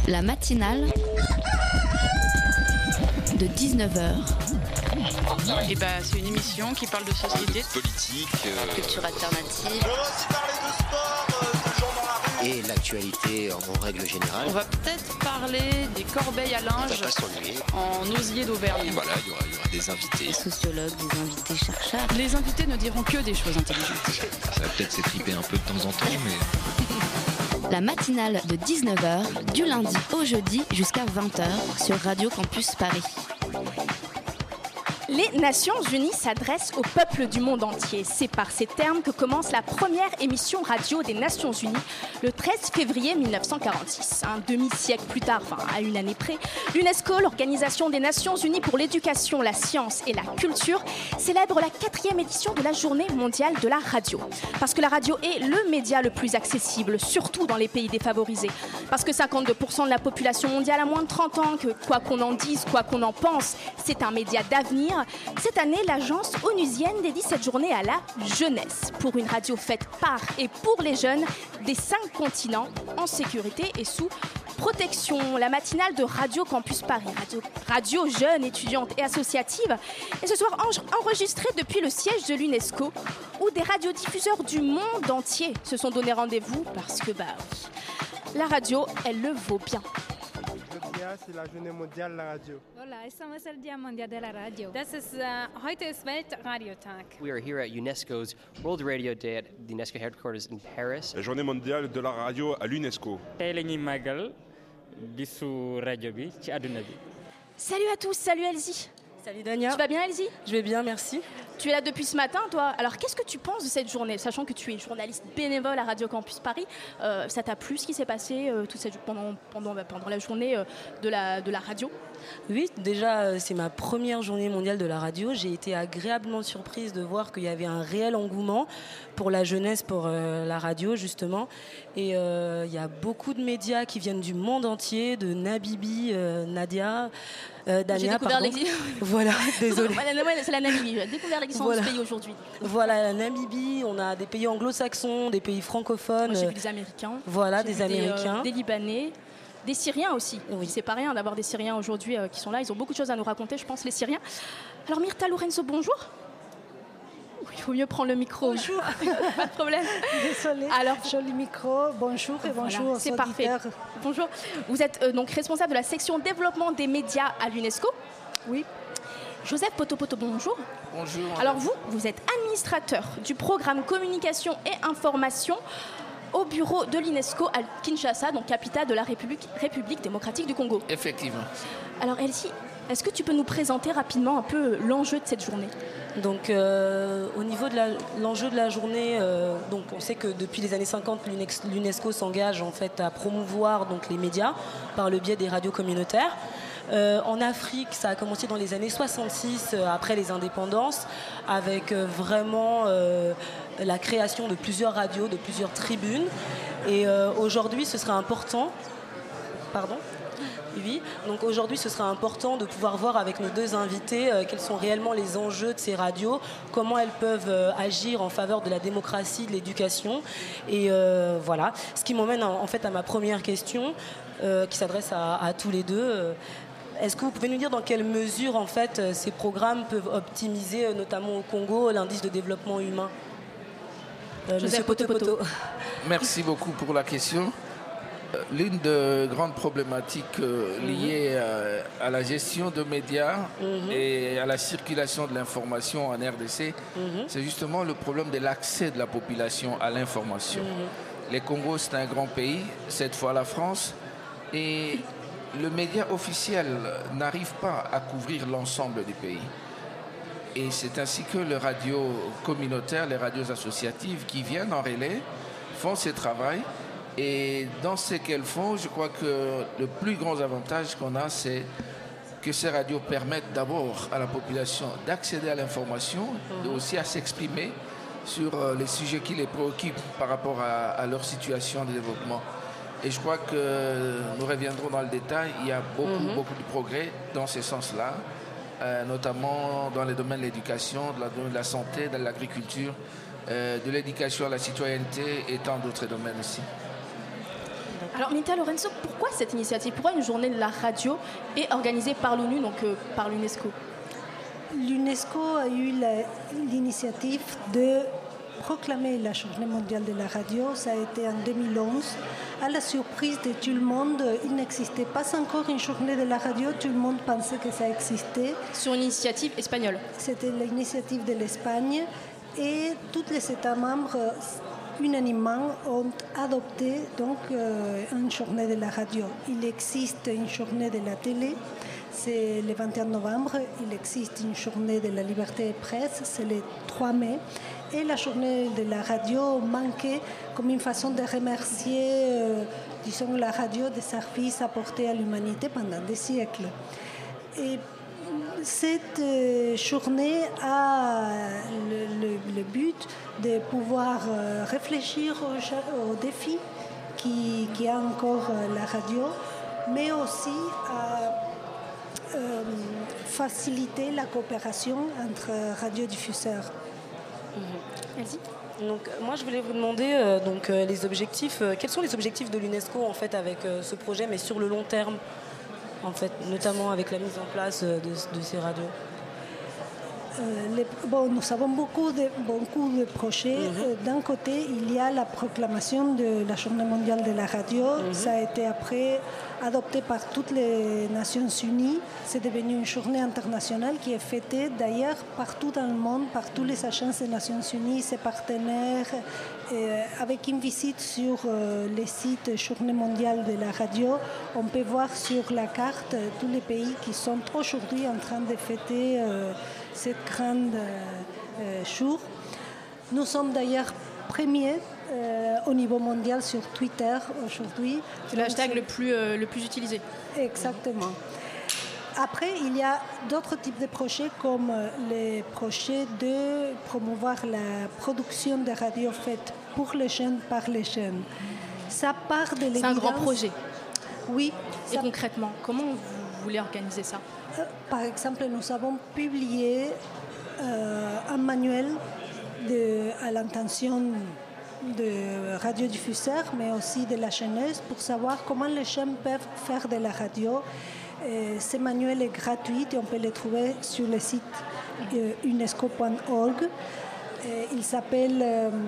La matinale de 19h. Et c'est une émission qui parle de société, politique, culture alternative. On va aussi parler de sport, de gens dans la rue. Et l'actualité en règle générale. On va peut-être parler des corbeilles à linge On va pas s'ennuyer. en osier d'Auvergne. voilà, il y aura des invités. Des sociologues, des invités chercheurs. Les invités ne diront que des choses intelligentes. Ça va peut-être s'étriper un peu de temps en temps, mais... La matinale de 19h, du lundi au jeudi jusqu'à 20h sur Radio Campus Paris. Les Nations Unies s'adressent au peuple du monde entier. C'est par ces termes que commence la première émission radio des Nations Unies, le 13 février 1946. Un demi-siècle plus tard, à une année près, l'UNESCO, l'Organisation des Nations Unies pour l'éducation, la science et la culture, célèbre la 4e édition de la Journée mondiale de la radio. Parce que la radio est le média le plus accessible, surtout dans les pays défavorisés. Parce que 52% de la population mondiale a moins de 30 ans, que quoi qu'on en dise, quoi qu'on en pense, c'est un média d'avenir. Cette année, l'agence onusienne dédie cette journée à la jeunesse, pour une radio faite par et pour les jeunes des 5 continents, en sécurité et sous protection. La matinale de Radio Campus Paris, radio jeune, étudiante et associative, est ce soir enregistrée depuis le siège de l'UNESCO, où des radiodiffuseurs du monde entier se sont donné rendez-vous, parce que la radio, elle le vaut bien. C'est la journée mondiale de la radio. Hola, estamos el Día Mundial de la Radio. Heute ist Weltradiotag. We are here at UNESCO's World Radio Day at the UNESCO headquarters in Paris. La journée mondiale de la radio à l'UNESCO. Tey la ñuy màggal bisu rajo bi ci àdduna bi. Salut à tous, salut Elsie. Salut Dania. Tu vas bien Elsie ? Je vais bien, merci. Tu es là depuis ce matin, toi. Alors, qu'est-ce que tu penses de cette journée ? Sachant que tu es journaliste bénévole à Radio Campus Paris, ça t'a plu ce qui s'est passé pendant la journée de la radio ? Oui, déjà, c'est ma première journée mondiale de la radio. J'ai été agréablement surprise de voir qu'il y avait un réel engouement pour la jeunesse, pour la radio, justement. Et il y a beaucoup de médias qui viennent du monde entier, de Nabibi, Nadia... Dania, j'ai découvert l'existence. Voilà, désolée. C'est la Namibie. J'ai découvert l'existence de ce pays aujourd'hui. Voilà, la Namibie, on a des pays anglo-saxons, des pays francophones. Moi, j'ai vu des Américains. Voilà, des Américains. Des Libanais. Des Syriens aussi. Oui. C'est pas rien d'avoir des Syriens aujourd'hui qui sont là. Ils ont beaucoup de choses à nous raconter, je pense, les Syriens. Alors, Myrtha Lorenzo, bonjour. Il faut mieux prendre le micro. Bonjour. Pas de problème. Désolée. Alors, joli micro. Bonjour et bonjour aux c'est auditeurs. Parfait. Bonjour. Vous êtes donc responsable de la section développement des médias à l'UNESCO. Oui. Joseph Potopoto, bonjour. Bonjour. Alors vous êtes administrateur du programme communication et information au bureau de l'UNESCO à Kinshasa, donc capitale de la République démocratique du Congo. Effectivement. Alors Elsie, est-ce que tu peux nous présenter rapidement un peu l'enjeu de cette journée ? Donc au niveau de l'enjeu de la journée, donc on sait que depuis les années 50, l'UNESCO s'engage en fait à promouvoir donc les médias par le biais des radios communautaires. En Afrique, ça a commencé dans les années 66, après les indépendances, avec vraiment la création de plusieurs radios, de plusieurs tribunes. Et aujourd'hui, ce serait important... Pardon ? Oui, donc aujourd'hui ce sera important de pouvoir voir avec nos deux invités quels sont réellement les enjeux de ces radios, comment elles peuvent agir en faveur de la démocratie, de l'éducation. Et voilà, ce qui m'emmène en fait à ma première question qui s'adresse à tous les deux. Est-ce que vous pouvez nous dire dans quelle mesure en fait ces programmes peuvent optimiser notamment au Congo l'indice de développement humain ? Monsieur Potopoto. Merci beaucoup pour la question. L'une des grandes problématiques liées à la gestion de médias et à la circulation de l'information en RDC, c'est justement le problème de l'accès de la population à l'information. Le Congo, c'est un grand pays, cette fois la France, et le média officiel n'arrive pas à couvrir l'ensemble du pays. Et c'est ainsi que les radios communautaires, les radios associatives qui viennent en relais font ce travail. Et dans ce qu'elles font, je crois que le plus grand avantage qu'on a, c'est que ces radios permettent d'abord à la population d'accéder à l'information, et aussi à s'exprimer sur les sujets qui les préoccupent par rapport à leur situation de développement. Et je crois que nous reviendrons dans le détail. Il y a beaucoup de progrès dans ce sens-là, notamment dans les domaines de l'éducation, de la santé, de l'agriculture, de l'éducation à la citoyenneté et tant d'autres domaines aussi. Alors, Minta Lorenzo, pourquoi cette initiative? Pourquoi une journée de la radio est organisée par l'ONU, donc par l'UNESCO? L'UNESCO a eu l'initiative de proclamer la journée mondiale de la radio. Ça a été en 2011. À la surprise de tout le monde, il n'existait pas encore une journée de la radio. Tout le monde pensait que ça existait. Sur une initiative espagnole. C'était l'initiative de l'Espagne. Et tous les États membres, unanimement, ont adopté donc une journée de la radio. Il existe une journée de la télé. C'est le 21 novembre. Il existe une journée de la liberté de presse. C'est le 3 mai. Et la journée de la radio manquait comme une façon de remercier, disons, la radio des services apportés à l'humanité pendant des siècles. Et cette journée a le but de pouvoir réfléchir aux défis qui a encore la radio, mais aussi à faciliter la coopération entre radiodiffuseurs. Vas-y. Donc, moi, je voulais vous demander les objectifs. Quels sont les objectifs de l'UNESCO en fait avec ce projet, mais sur le long terme, en fait, notamment avec la mise en place de ces radios? Nous avons beaucoup de projets. D'un côté, il y a la proclamation de la Journée mondiale de la radio. Ça a été après adopté par toutes les Nations Unies. C'est devenu une journée internationale qui est fêtée d'ailleurs partout dans le monde, par toutes les agences des Nations Unies, ses partenaires, avec une visite sur les sites Journée mondiale de la radio. On peut voir sur la carte tous les pays qui sont aujourd'hui en train de fêter cette grande jour. Nous sommes d'ailleurs premiers au niveau mondial sur Twitter aujourd'hui. C'est le hashtag le plus utilisé. Exactement. Après, il y a d'autres types de projets comme les projets de promouvoir la production de radio faite pour les jeunes, par les jeunes. Ça part de l'évidence. C'est un grand projet. Oui. Et concrètement, comment vous voulez organiser ça? Par exemple, nous avons publié un manuel à l'intention de radiodiffuseurs, mais aussi de la jeunesse, pour savoir comment les jeunes peuvent faire de la radio. Ce manuel est gratuit et on peut le trouver sur le site unesco.org. Il s'appelle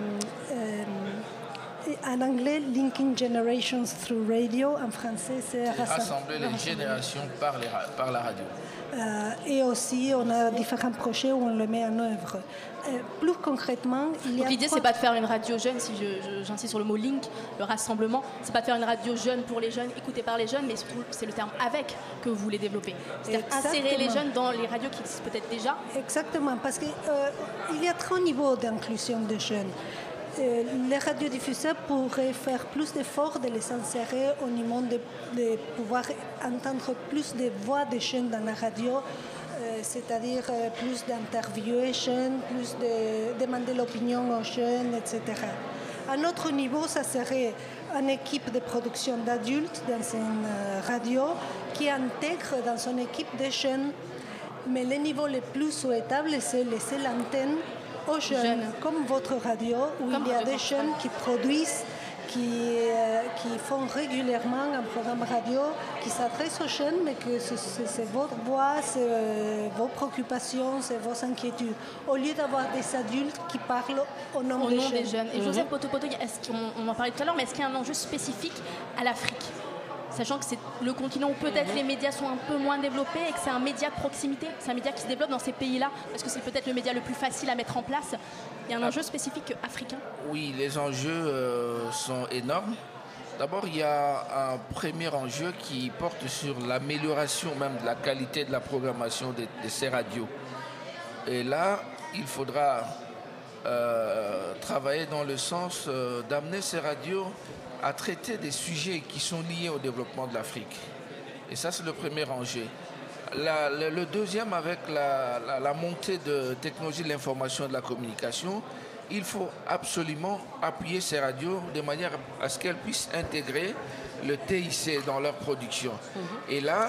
en anglais Linking Generations Through Radio. En français, c'est Rassembler les générations par la radio. Et aussi, on a différents projets où on le met en œuvre. Plus concrètement, il y a... Donc l'idée, c'est pas de faire une radio jeune, si j'insiste sur le mot link, le rassemblement, c'est pas de faire une radio jeune pour les jeunes, écoutée par les jeunes, mais surtout, c'est le terme avec que vous voulez développer. C'est-à-dire insérer les jeunes dans les radios qui existent peut-être déjà. Exactement, parce qu'il y a 3 niveaux d'inclusion des jeunes. Les radiodiffuseurs pourraient faire plus d'efforts de les insérer au niveau de pouvoir entendre plus de voix des jeunes dans la radio, c'est-à-dire plus d'interviews aux jeunes, plus de demander l'opinion aux jeunes, etc. À un autre niveau, ça serait une équipe de production d'adultes dans une radio qui intègre dans son équipe des jeunes. Mais le niveau le plus souhaitable, c'est laisser l'antenne aux jeunes, comme votre radio, où il y a des jeunes qui produisent, qui font régulièrement un programme radio qui s'adresse aux jeunes, mais que c'est votre voix, c'est vos préoccupations, c'est vos inquiétudes. Au lieu d'avoir des adultes qui parlent au nom des jeunes. Et Joseph Potopoto, on en parlait tout à l'heure, mais est-ce qu'il y a un enjeu spécifique à l'Afrique ? Sachant que c'est le continent où peut-être les médias sont un peu moins développés et que c'est un média de proximité, c'est un média qui se développe dans ces pays-là, parce que c'est peut-être le média le plus facile à mettre en place. Il y a un enjeu spécifique africain? Oui, les enjeux sont énormes. D'abord, il y a un premier enjeu qui porte sur l'amélioration même de la qualité de la programmation de ces radios. Et là, il faudra travailler dans le sens d'amener ces radios à traiter des sujets qui sont liés au développement de l'Afrique. Et ça, c'est le premier enjeu. Le deuxième, avec la montée de technologie de l'information et de la communication, il faut absolument appuyer ces radios de manière à ce qu'elles puissent intégrer le TIC dans leur production. Et là,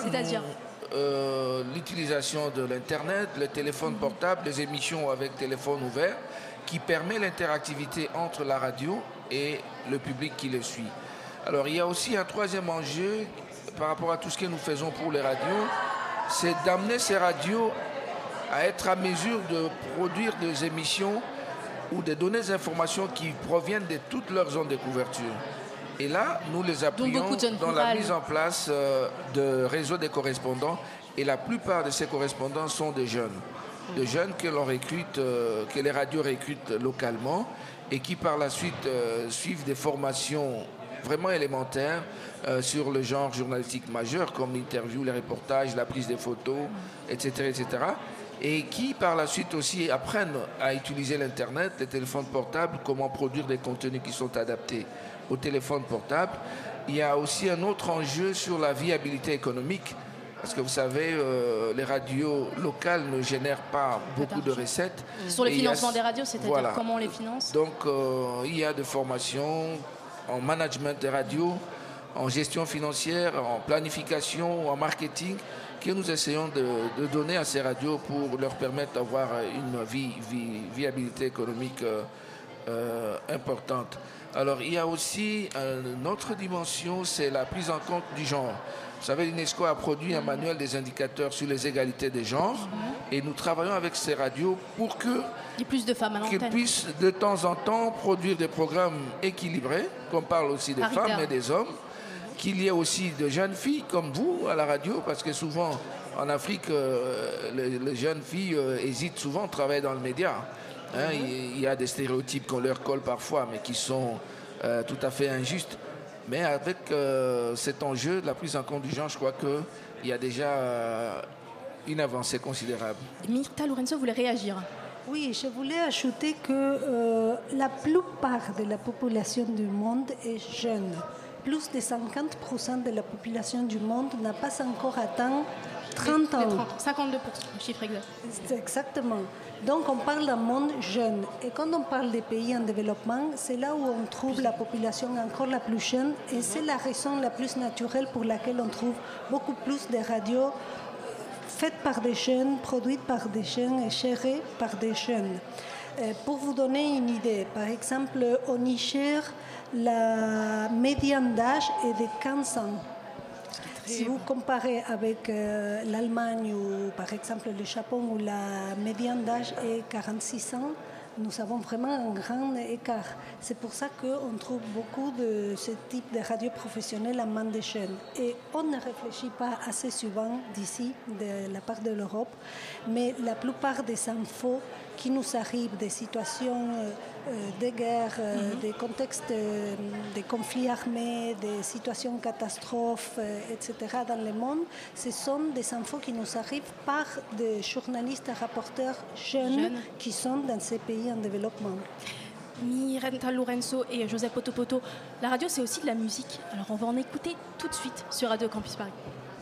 l'utilisation de l'Internet, le téléphone portable, les émissions avec téléphone ouvert, qui permet l'interactivité entre la radio et le public qui le suit. Alors, il y a aussi un troisième enjeu par rapport à tout ce que nous faisons pour les radios, c'est d'amener ces radios à être à mesure de produire des émissions ou de donner des informations qui proviennent de toutes leurs zones de couverture. Et là, nous les appuyons dans la mise en place de réseaux de correspondants. Et la plupart de ces correspondants sont des jeunes que l'on recrute, que les radios recrutent localement et qui par la suite suivent des formations vraiment élémentaires sur le genre journalistique majeur, comme l'interview, les reportages, la prise des photos, etc., etc. Et qui par la suite aussi apprennent à utiliser l'Internet, les téléphones portables, comment produire des contenus qui sont adaptés aux téléphones portables. Il y a aussi un autre enjeu sur la viabilité économique, parce que vous savez, les radios locales ne génèrent pas beaucoup de recettes. Sur le financement des radios, c'est-à-dire comment on les finance? Donc il y a des formations en management des radios, en gestion financière, en planification, en marketing, que nous essayons de donner à ces radios pour leur permettre d'avoir une viabilité économique importante. Alors il y a aussi une autre dimension, c'est la prise en compte du genre. Vous savez, l'UNESCO a produit un manuel des indicateurs sur les égalités des genres et nous travaillons avec ces radios pour qu'il y ait plus de femmes à l'antenne. Qu'ils puissent de temps en temps produire des programmes équilibrés, qu'on parle aussi des femmes et des hommes, qu'il y ait aussi de jeunes filles comme vous à la radio, parce que souvent en Afrique, les jeunes filles hésitent souvent à travailler dans le média. Il y a des stéréotypes qu'on leur colle parfois, mais qui sont tout à fait injustes. Mais avec cet enjeu de la prise en compte du genre, je crois qu'il y a déjà une avancée considérable. Mirta Lorenzo voulait réagir. Oui, je voulais ajouter que la plupart de la population du monde est jeune. Plus de 50% de la population du monde n'a pas encore atteint 30 ans. 52%, le chiffre exact. Exactement. Donc on parle d'un monde jeune. Et quand on parle des pays en développement, c'est là où on trouve la population encore la plus jeune. Et c'est la raison la plus naturelle pour laquelle on trouve beaucoup plus de radios faites par des jeunes, produites par des jeunes et gérées par des jeunes. Pour vous donner une idée, par exemple, au Niger, la médiane d'âge est de 15 ans. Si vous comparez avec l'Allemagne ou par exemple le Japon où la médiane d'âge est 46 ans, nous avons vraiment un grand écart. C'est pour ça qu'on trouve beaucoup de ce type de radio professionnelle en main des jeunes. Et on ne réfléchit pas assez souvent d'ici, de la part de l'Europe, mais la plupart des infos qui nous arrivent, des situations de guerre, des contextes de conflits armés, des situations catastrophes, etc. dans le monde, ce sont des infos qui nous arrivent par des journalistes et rapporteurs jeunes qui sont dans ces pays en développement. Mirta Lorenzo et Joseph Potopoto, la radio c'est aussi de la musique. Alors on va en écouter tout de suite sur Radio Campus Paris.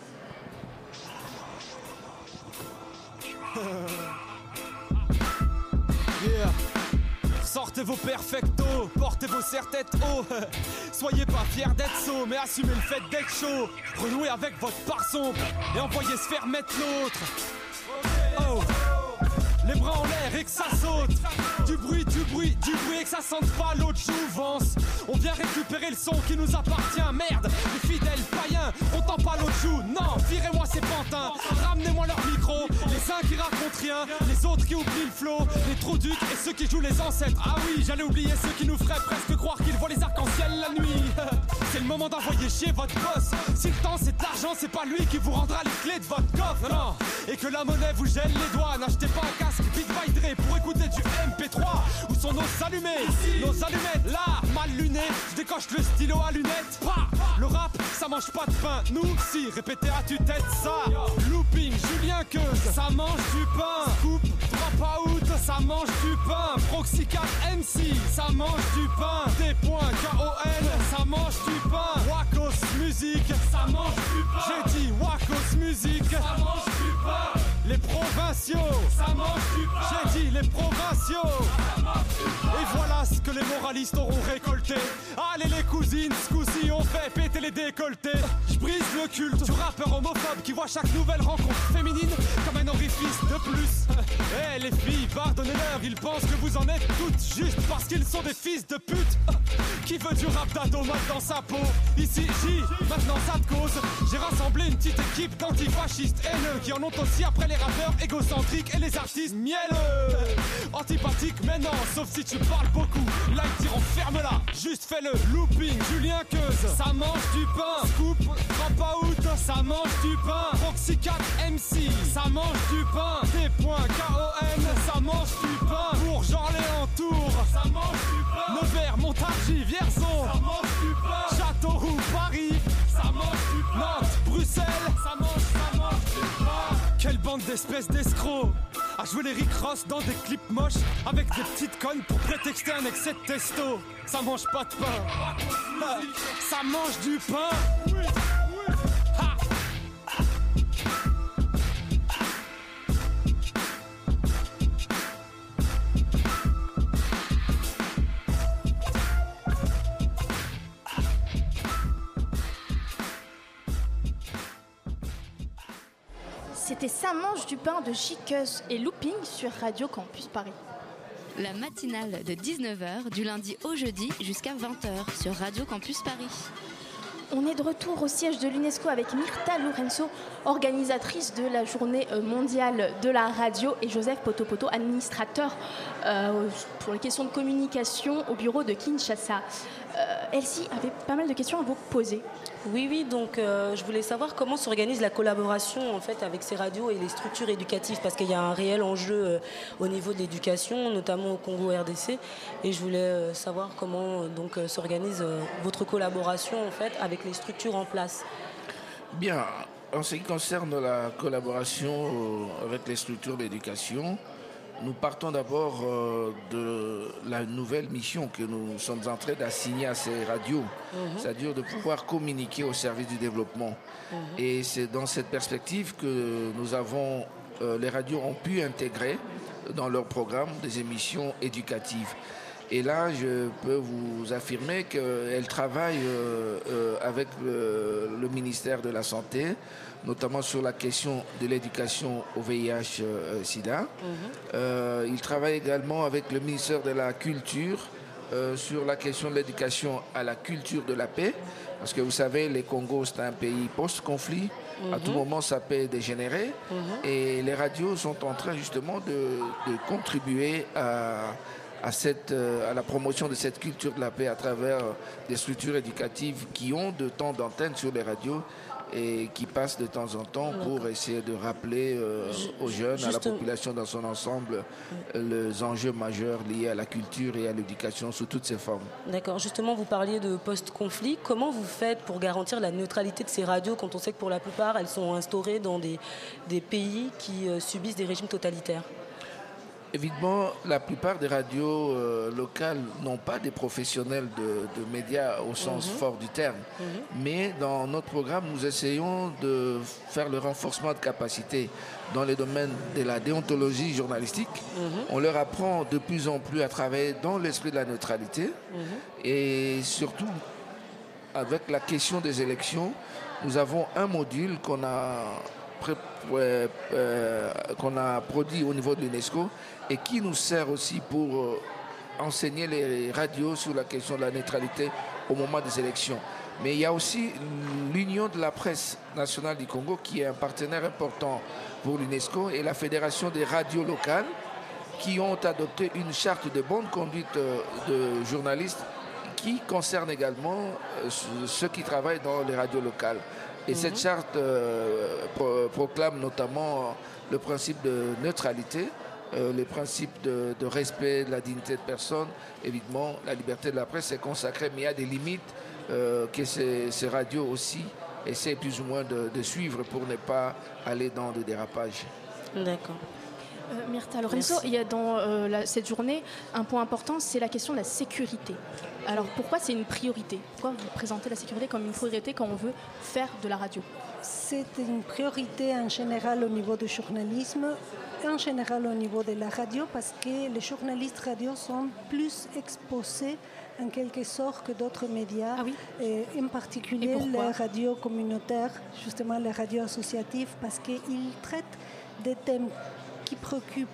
Yeah. Sortez vos perfectos, portez vos serre-têtes haut. Soyez pas fiers d'être sots, mais assumez le fait d'être chaud. Renouez avec votre part sombre et envoyez se faire mettre l'autre. Oh, les bras en l'air et que ça saute. Du bruit et que ça sente pas l'autre jouvence. On vient récupérer le son qui nous appartient. Merde, les fidèles païens, on tend pas l'autre joue. Non, virez-moi ces pantins, ramenez-moi leur micro. Les uns qui racontent rien, les autres qui oublient le flow. Les trous ducs et ceux qui jouent les ancêtres. Ah oui, j'allais oublier ceux qui nous feraient presque croire qu'ils voient les arcs-en-ciel la nuit. C'est le moment d'envoyer chier votre boss. Si le temps c'est de l'argent, c'est pas lui qui vous rendra les clés de votre coffre. Non, et que la monnaie vous gèle les doigts. N'achetez pas un casque Big Dre pour écouter du MP3. Où sont nos allumés, nos allumettes. Là, mal luné, je décoche le stylo à lunettes. Bah, le rap, ça mange pas de pain. Nous, si, répétez à tue-tête ça. Looping, Julien Queuse, ça mange du pain. Scoop, drop out, ça mange du pain. Proxy 4 MC, ça mange du pain. Des points, KOL, ça mange du pain. Wakos Musique, ça mange du pain. J'ai dit Wakos Musique, ça mange du pain. Les provinciaux, ça mange du pain. J'ai dit les provinciaux, ça mange du pain. Et voilà ce que les moralistes auront récolté. Allez les cousines, ce coup-ci on fait péter les décolletés. Je brise le culte du rappeur homophobe qui voit chaque nouvelle rencontre féminine comme un orifice de plus. Eh les filles, pardonnez-leur, ils pensent que vous en êtes toutes juste parce qu'ils sont des fils de pute. Qui veut du rap d'Adomate dans sa peau? Ici J, maintenant ça te cause. J'ai rassemblé une petite équipe d'antifascistes haineux qui en ont aussi après les rappeurs égocentriques et les artistes mielleux. Antipathique mais non, sauf si tu parles beaucoup. Like tyran, ferme-la, juste fais-le. Looping, Julien Queuse, ça mange du pain. Scoop, drop out, ça mange du pain. Proxy 4 MC, ça mange du pain. T.KON, ça mange du pain. Bourges, Orléans, Tours, ça mange du pain. Nevers, Montargis, Vierzon, ça mange du pain. Châteauroux, Paris, ça mange du pain. Nantes, Bruxelles, ça mange du pain. Quelle bande d'espèces d'escrocs à jouer les Rick Ross dans des clips moches avec des petites connes pour prétexter un excès de testo. Ça mange pas de pain, ça mange du pain. Ha. C'était Ça mange du pain de Chiqueuse et Looping sur Radio Campus Paris. La matinale de 19h du lundi au jeudi jusqu'à 20h sur Radio Campus Paris. On est de retour au siège de l'UNESCO avec Myrta Lorenzo, organisatrice de la journée mondiale de la radio, et Joseph Potopoto, administrateur pour les questions de communication au bureau de Kinshasa. Elsie avait pas mal de questions à vous poser. Oui, donc je voulais savoir comment s'organise la collaboration en fait avec ces radios et les structures éducatives, parce qu'il y a un réel enjeu au niveau de l'éducation, notamment au Congo RDC, et je voulais savoir comment donc s'organise votre collaboration en fait avec les structures en place. Bien, en ce qui concerne la collaboration avec les structures d'éducation, nous partons d'abord de la nouvelle mission que nous sommes en train d'assigner à ces radios, c'est-à-dire de pouvoir communiquer au service du développement. Et c'est dans cette perspective que nous avons, les radios ont pu intégrer dans leur programme des émissions éducatives. Et là, je peux vous affirmer qu'elles travaillent avec le ministère de la Santé, notamment sur la question de l'éducation au VIH-Sida. Ils travaillent également avec le ministère de la Culture sur la question de l'éducation à la culture de la paix. Parce que vous savez, le Congo, c'est un pays post-conflit. À tout moment, ça peut dégénérer. Et les radios sont en train justement de contribuer à la promotion de cette culture de la paix à travers des structures éducatives qui ont de temps d'antenne sur les radios et qui passent de temps en temps pour essayer de rappeler aux jeunes, à la population dans son ensemble, les enjeux majeurs liés à la culture et à l'éducation sous toutes ses formes. D'accord. Justement, vous parliez de post-conflit. Comment vous faites pour garantir la neutralité de ces radios quand on sait que pour la plupart, elles sont instaurées dans des pays qui subissent des régimes totalitaires ? Évidemment, la plupart des radios locales n'ont pas des professionnels de médias au sens fort du terme. Mais dans notre programme, nous essayons de faire le renforcement de capacités dans les domaines de la déontologie journalistique. On leur apprend de plus en plus à travailler dans l'esprit de la neutralité. Et surtout, avec la question des élections, nous avons un module qu'on a produit au niveau de l'UNESCO et qui nous sert aussi pour enseigner les radios sur la question de la neutralité au moment des élections. Mais il y a aussi l'Union de la presse nationale du Congo qui est un partenaire important pour l'UNESCO et la Fédération des radios locales qui ont adopté une charte de bonne conduite de journalistes qui concerne également ceux qui travaillent dans les radios locales. Et cette charte proclame notamment le principe de neutralité, le principe de respect de la dignité de personne. Évidemment, la liberté de la presse est consacrée, mais il y a des limites que ces radios aussi essaient plus ou moins de suivre pour ne pas aller dans des dérapages. D'accord. Myrta Lorenzo, il y a dans cette journée un point important, c'est la question de la sécurité. Alors pourquoi c'est une priorité? Pourquoi vous présentez la sécurité comme une priorité quand on veut faire de la radio? C'est une priorité en général au niveau du journalisme, en général au niveau de la radio, parce que les journalistes radio sont plus exposés en quelque sorte que d'autres médias, et en particulier les radios communautaires, justement les radios associatives, parce qu'ils traitent des thèmes qui préoccupent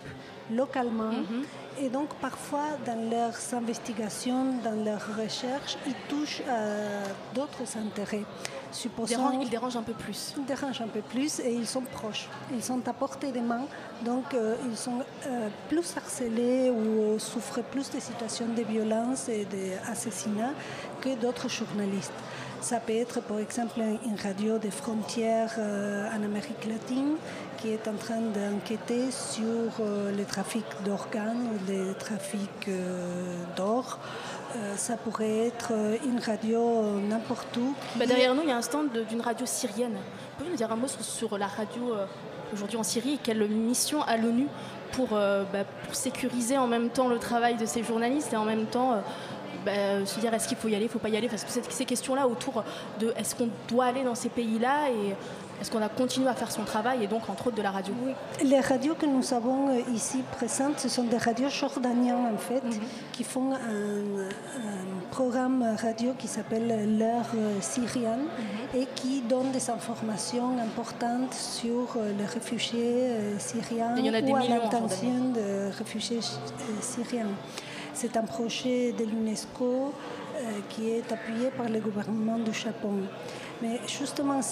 localement. Et donc, parfois, dans leurs investigations, dans leurs recherches, ils touchent à d'autres intérêts. Ils dérangent un peu plus. Ils dérangent un peu plus et ils sont proches. Ils sont à portée des mains, donc ils sont plus harcelés ou souffrent plus de situations de violence et d'assassinats que d'autres journalistes. Ça peut être, par exemple, une radio des frontières en Amérique latine qui est en train d'enquêter sur le trafic d'organes ou le trafic d'or. Ça pourrait être une radio n'importe où. Derrière nous, il y a un stand d'une radio syrienne. Pouvez-vous nous dire un mot sur la radio aujourd'hui en Syrie et quelle mission a l'ONU pour sécuriser en même temps le travail de ces journalistes et en même temps se dire est-ce qu'il faut y aller, il ne faut pas y aller, parce que ces questions-là autour de est-ce qu'on doit aller dans ces pays-là et est-ce qu'on a continué à faire son travail et donc entre autres de la radio. Oui. Les radios que nous avons ici présentes, ce sont des radios jordaniennes en fait, qui font un programme radio qui s'appelle l'heure syrienne et qui donne des informations importantes sur les réfugiés syriens ou à l'intention de réfugiés syriens. C'est un projet de l'UNESCO qui est appuyé par le gouvernement du Japon. Mais justement,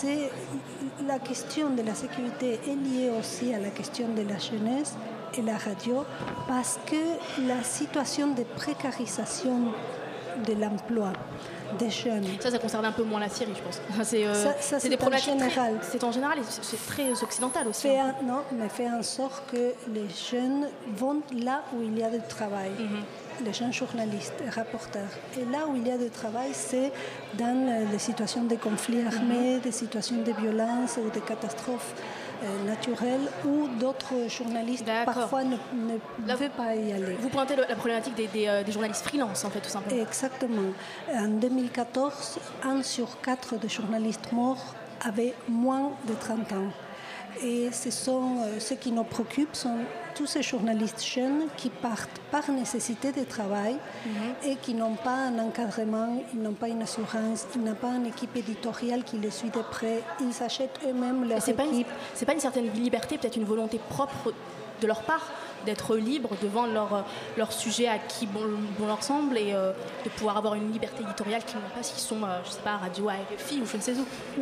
la question de la sécurité est liée aussi à la question de la jeunesse et la radio parce que la situation de précarisation de l'emploi des jeunes... Ça concerne un peu moins la Syrie, je pense. C'est des problématiques générales. C'est en général, c'est très occidental aussi. Fait en sorte que les jeunes vont là où il y a du travail. Les jeunes journalistes et rapporteurs. Et là où il y a du travail, c'est dans les situations de conflits armés, des situations de violence ou de catastrophes naturelles où d'autres journalistes parfois ne peuvent pas y aller. Vous pointez la problématique des journalistes freelance, en fait, tout simplement. Exactement. En 2014, 1 sur 4 des journalistes morts avaient moins de 30 ans. Et ce qui nous préoccupe sont tous ces journalistes jeunes qui partent par nécessité de travail et qui n'ont pas un encadrement, ils n'ont pas une assurance, ils n'ont pas une équipe éditoriale qui les suit de près. Ils achètent eux-mêmes leur équipe. C'est pas une certaine liberté, peut-être une volonté propre de leur part d'être libre devant leur sujet à qui bon leur semble et de pouvoir avoir une liberté éditoriale qu'ils n'ont pas s'ils sont, je sais pas, radio à RFI ou je ne sais où. Oui.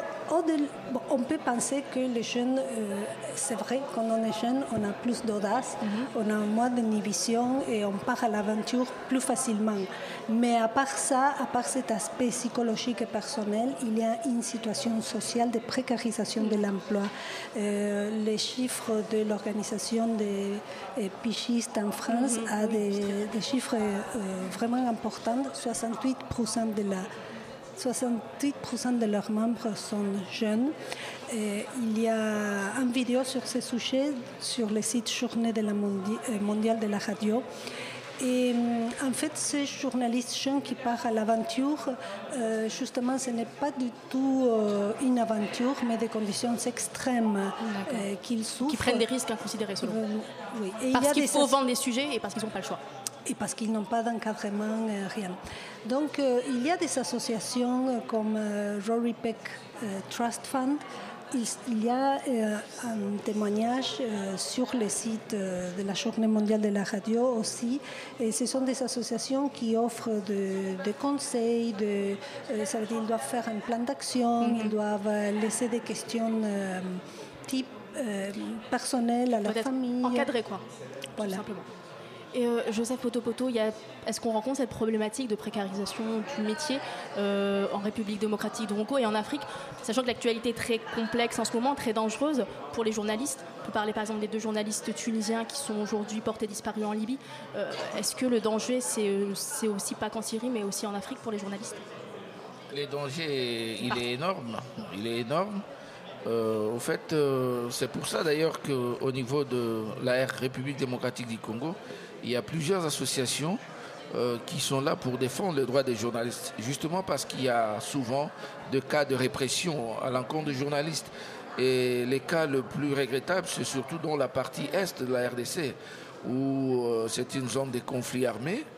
On peut penser que les jeunes, c'est vrai, quand on est jeune, on a plus d'audace, on a moins d'inhibition et on part à l'aventure plus facilement. Mais à part ça, à part cet aspect psychologique et personnel, il y a une situation sociale de précarisation de l'emploi. Les chiffres de l'organisation des pigistes en France a des chiffres vraiment importants. 68% de leurs membres sont jeunes. Et il y a une vidéo sur ce sujet sur le site Journée mondiale de la radio. Et en fait, ces journalistes jeunes qui partent à l'aventure, justement, ce n'est pas du tout une aventure, mais des conditions extrêmes qu'ils souffrent. Qui prennent des risques inconsidérés, selon vous. Oui. Parce qu'il faut vendre des sujets et parce qu'ils n'ont pas le choix. Et parce qu'ils n'ont pas d'encadrement, rien. Donc, il y a des associations comme Rory Peck Trust Fund. Il y a un témoignage sur le site de la Journée mondiale de la radio aussi. Et ce sont des associations qui offrent des conseils. Ça veut dire qu'ils doivent faire un plan d'action, ils doivent laisser des questions type personnelles à la famille. Encadrées, quoi. Voilà. Tout simplement. Et Joseph Potopoto, est-ce qu'on rencontre cette problématique de précarisation du métier en République démocratique du Congo et en Afrique, sachant que l'actualité est très complexe en ce moment, très dangereuse pour les journalistes? On peut parler par exemple des 2 journalistes tunisiens qui sont aujourd'hui portés disparus en Libye. Est-ce que le danger, c'est aussi pas qu'en Syrie, mais aussi en Afrique pour les journalistes? Le danger, il est énorme. Il est énorme. Au fait, c'est pour ça d'ailleurs qu'au niveau de la République démocratique du Congo, il y a plusieurs associations qui sont là pour défendre les droits des journalistes, justement parce qu'il y a souvent des cas de répression à l'encontre des journalistes. Et les cas le plus regrettable, c'est surtout dans la partie est de la RDC, où c'est une zone de conflits armés.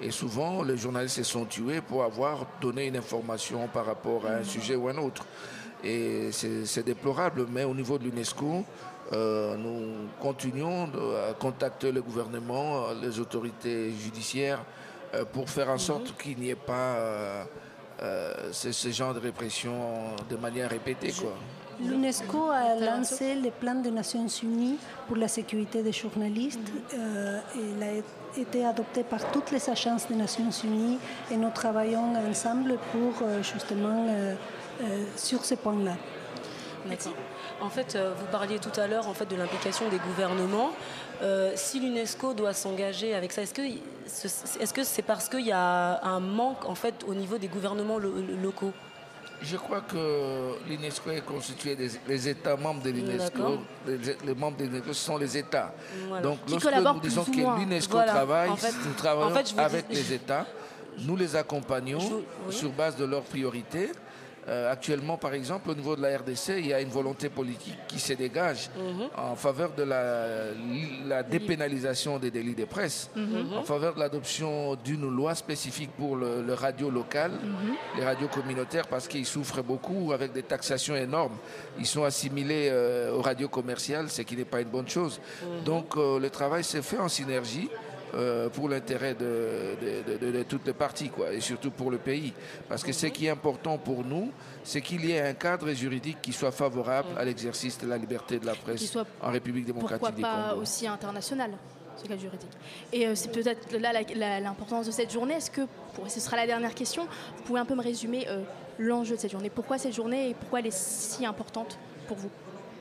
Et souvent, les journalistes se sont tués pour avoir donné une information par rapport à un sujet ou un autre. Et c'est déplorable, mais au niveau de l'UNESCO, nous continuons à contacter le gouvernement, les autorités judiciaires, pour faire en sorte qu'il n'y ait pas ce genre de répression de manière répétée, quoi. L'UNESCO a lancé le plan des Nations Unies pour la sécurité des journalistes. Il a été adopté par toutes les agences des Nations Unies et nous travaillons ensemble pour justement sur ce point-là. D'accord. En fait, vous parliez tout à l'heure en fait, de l'implication des gouvernements. Si l'UNESCO doit s'engager avec ça, est-ce que c'est parce qu'il y a un manque en fait, au niveau des gouvernements locaux ? Je crois que l'UNESCO est constitué des États membres de l'UNESCO. Les membres de l'UNESCO sont les États. Voilà. Donc, lorsque nous disons que l'UNESCO travaille, nous travaillons avec les États. Nous les accompagnons sur base de leurs priorités. Actuellement, par exemple, au niveau de la RDC, il y a une volonté politique qui se dégage en faveur de la dépénalisation des délits de presse, en faveur de l'adoption d'une loi spécifique pour le radio local, les radios communautaires, parce qu'ils souffrent beaucoup avec des taxations énormes. Ils sont assimilés aux radios commerciales, ce qui n'est pas une bonne chose. Donc, le travail s'est fait en synergie. Pour l'intérêt de toutes les parties, quoi, et surtout pour le pays. Parce que ce qui est important pour nous, c'est qu'il y ait un cadre juridique qui soit favorable à l'exercice de la liberté de la presse en République démocratique du Congo. Pourquoi pas aussi international, ce cadre juridique. Et c'est peut-être là l'importance de cette journée. Est-ce que, ce sera la dernière question, vous pouvez un peu me résumer l'enjeu de cette journée? Pourquoi cette journée et pourquoi elle est si importante pour vous?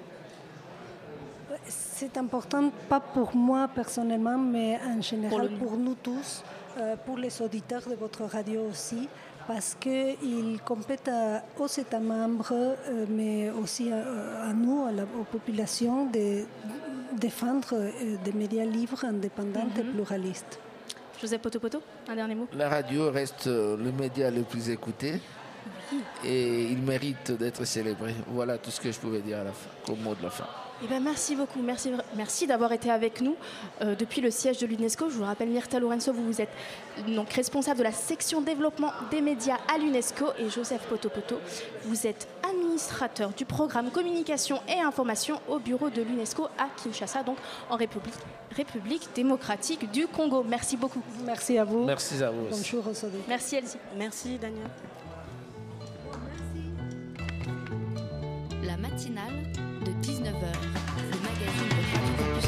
C'est important, pas pour moi personnellement, mais en général pour nous tous, pour les auditeurs de votre radio aussi, parce qu'il compète aux États membres, mais aussi à nous, aux populations, de défendre des médias libres, indépendants et pluralistes. Joseph Potopoto, un dernier mot. La radio reste le média le plus écouté. Et il mérite d'être célébré. Voilà tout ce que je pouvais dire à la fin, comme mot de la fin. Eh ben merci beaucoup, merci d'avoir été avec nous depuis le siège de l'UNESCO. Je vous rappelle, Myrtha Lorenzo, vous êtes donc responsable de la section développement des médias à l'UNESCO, et Joseph Potopoto, vous êtes administrateur du programme communication et information au bureau de l'UNESCO à Kinshasa, donc en République démocratique du Congo. Merci beaucoup. Merci à vous. Merci à vous. Bonjour Osodé. Merci Elsie. Merci Daniel. La matinale de 19h, le magazine de Radio Campus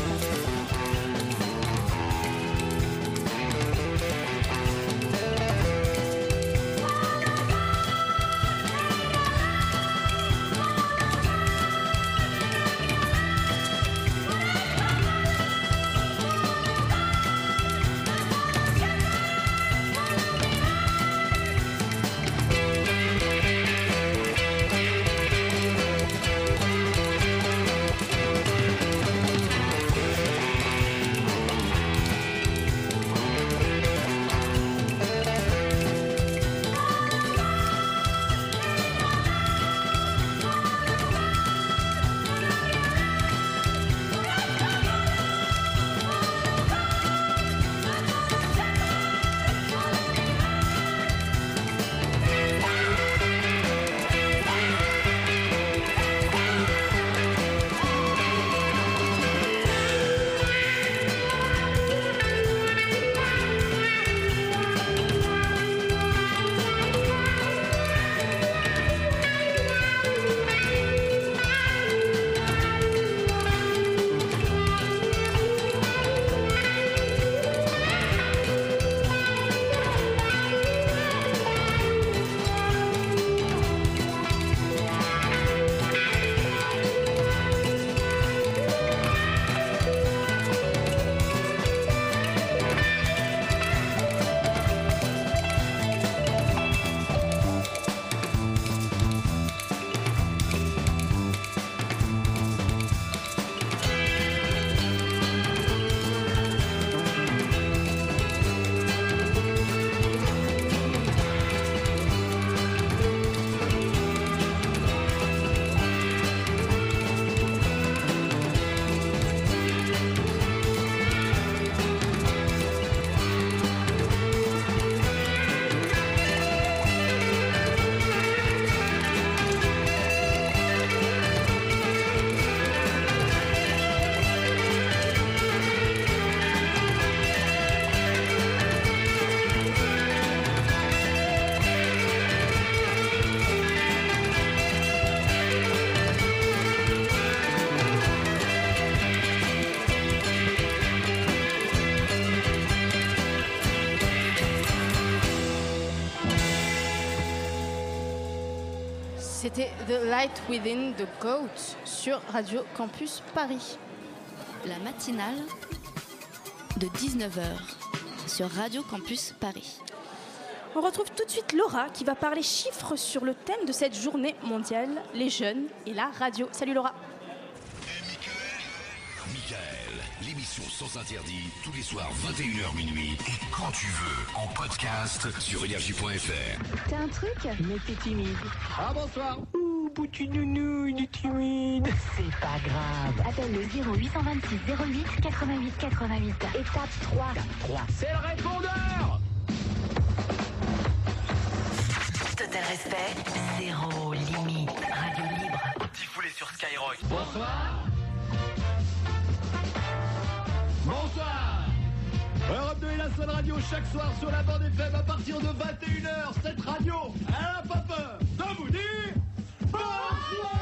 C'était The Light Within the Goat sur Radio Campus Paris. La matinale de 19h sur Radio Campus Paris. On retrouve tout de suite Laura qui va parler chiffres sur le thème de cette journée mondiale, les jeunes et la radio. Salut Laura. Michael, l'émission Sans Interdit, tous les soirs 21h minuit et quand tu veux, en podcast sur énergie.fr. T'as un truc? Mais t'es timide. Ah bonsoir. Ouh, petit nounou, il est timide. C'est pas grave. Appelle le 0826 08 88 88. Étape 3. C'est le répondeur. Total respect, zéro limite, radio libre. Diffoulé sur Skyrock. Bonsoir. Bonsoir. Europe 2 est la seule radio chaque soir sur la bande FM à partir de 21h. Cette radio, elle n'a pas peur de vous dire bonsoir.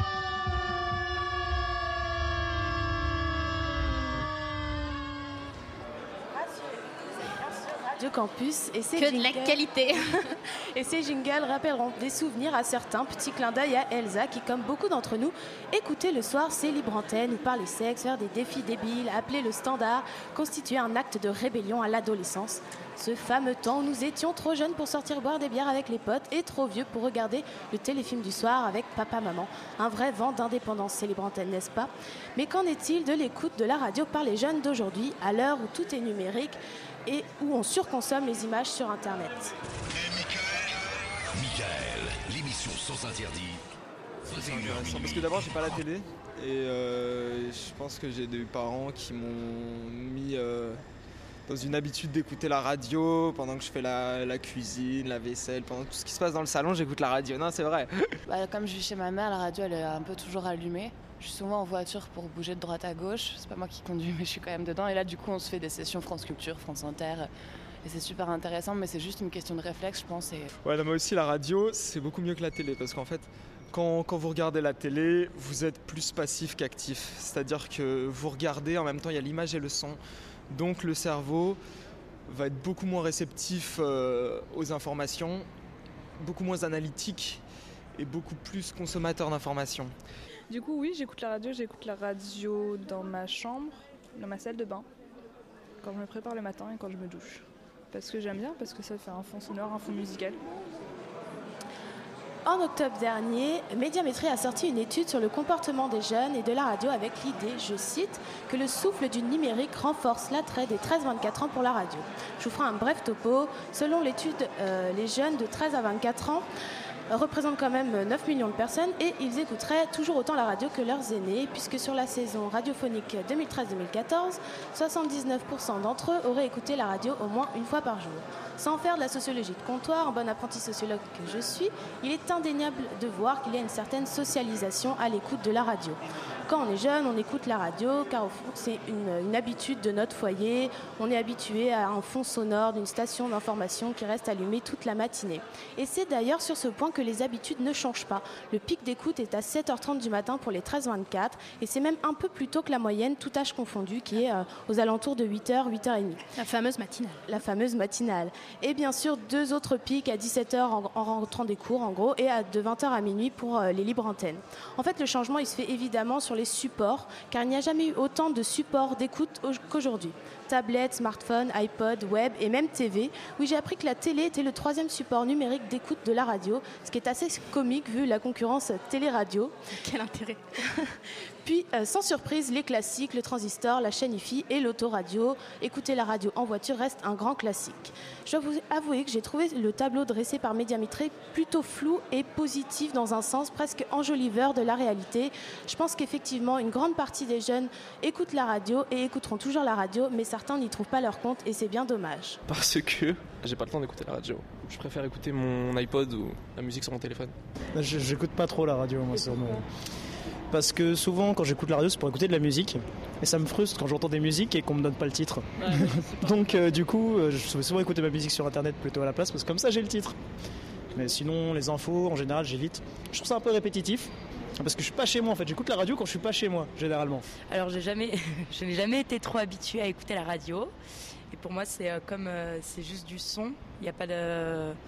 Radio Campus et ces que de la qualité. Et ces jingles rappelleront des souvenirs à certains. Petit clin d'œil à Elsa qui, comme beaucoup d'entre nous, écoutait le soir ses libres antennes ou parler sexe, faire des défis débiles, appeler le standard, constituer un acte de rébellion à l'adolescence. Ce fameux temps où nous étions trop jeunes pour sortir boire des bières avec les potes et trop vieux pour regarder le téléfilm du soir avec papa-maman. Un vrai vent d'indépendance, ces libres antennes, n'est-ce pas? Mais qu'en est-il de l'écoute de la radio par les jeunes d'aujourd'hui, à l'heure où tout est numérique et où on surconsomme les images sur Internet? Michael, l'émission Sans Interdit. C'est intéressant parce que d'abord j'ai pas la télé et je pense que j'ai des parents qui m'ont mis dans une habitude d'écouter la radio pendant que je fais la cuisine, la vaisselle, pendant tout ce qui se passe dans le salon, j'écoute la radio. Non, c'est vrai. Comme je vis chez ma mère, la radio elle est un peu toujours allumée. Je suis souvent en voiture pour bouger de droite à gauche. C'est pas moi qui conduis, mais je suis quand même dedans. Et là, du coup, on se fait des sessions France Culture, France Inter. Et c'est super intéressant, mais c'est juste une question de réflexe, je pense. Ouais, non, mais aussi la radio, c'est beaucoup mieux que la télé. Parce qu'en fait, quand vous regardez la télé, vous êtes plus passif qu'actif. C'est-à-dire que vous regardez, en même temps, il y a l'image et le son. Donc le cerveau va être beaucoup moins réceptif aux informations, beaucoup moins analytique et beaucoup plus consommateur d'informations. Du coup, oui, j'écoute la radio dans ma chambre, dans ma salle de bain, quand je me prépare le matin et quand je me douche. Parce que j'aime bien, parce que ça fait un fond sonore, un fond musical. En octobre dernier, Médiamétrie a sorti une étude sur le comportement des jeunes et de la radio avec l'idée, je cite, que le souffle du numérique renforce l'attrait des 13-24 ans pour la radio. Je vous ferai un bref topo. Selon l'étude, les jeunes de 13 à 24 ans représentent quand même 9 millions de personnes et ils écouteraient toujours autant la radio que leurs aînés, puisque sur la saison radiophonique 2013-2014, 79% d'entre eux auraient écouté la radio au moins une fois par jour. Sans faire de la sociologie de comptoir, en bon apprenti sociologue que je suis, il est indéniable de voir qu'il y a une certaine socialisation à l'écoute de la radio. Quand on est jeune, on écoute la radio, car au fond, c'est une habitude de notre foyer. On est habitué à un fond sonore d'une station d'information qui reste allumée toute la matinée. Et c'est d'ailleurs sur ce point que les habitudes ne changent pas. Le pic d'écoute est à 7h30 du matin pour les 13-24, et c'est même un peu plus tôt que la moyenne, tout âge confondu, qui est aux alentours de 8h, 8h30. La fameuse matinale. La fameuse matinale. Et bien sûr, 2 autres pics à 17h en rentrant des cours, en gros, et de 20h à minuit pour les libres antennes. En fait, le changement, il se fait évidemment sur les supports, car il n'y a jamais eu autant de supports d'écoute qu'aujourd'hui. Tablettes, smartphones, iPod, web et même TV. Oui, j'ai appris que la télé était le 3e support numérique d'écoute de la radio, ce qui est assez comique vu la concurrence télé-radio. Quel intérêt. Puis, sans surprise, les classiques, le transistor, la chaîne IFI et l'autoradio. Écouter la radio en voiture reste un grand classique. Je dois vous avouer que j'ai trouvé le tableau dressé par Médiamétrie plutôt flou et positif dans un sens presque enjoliveur de la réalité. Je pense qu'effectivement, une grande partie des jeunes écoutent la radio et écouteront toujours la radio, mais certains n'y trouvent pas leur compte et c'est bien dommage. Parce que j'ai pas le temps d'écouter la radio. Je préfère écouter mon iPod ou la musique sur mon téléphone. J'écoute pas trop la radio, moi, sûrement. Parce que souvent, quand j'écoute la radio, c'est pour écouter de la musique. Et ça me frustre quand j'entends des musiques et qu'on me donne pas le titre. Ouais, donc, du coup, je vais souvent écouter ma musique sur Internet plutôt à la place, parce que comme ça, j'ai le titre. Mais sinon, les infos, en général, j'évite. Je trouve ça un peu répétitif. Parce que je suis pas chez moi, en fait. J'écoute la radio quand je suis pas chez moi, généralement. Alors, je n'ai jamais été trop habituée à écouter la radio. Et pour moi, c'est juste du son. Il n'y a pas de...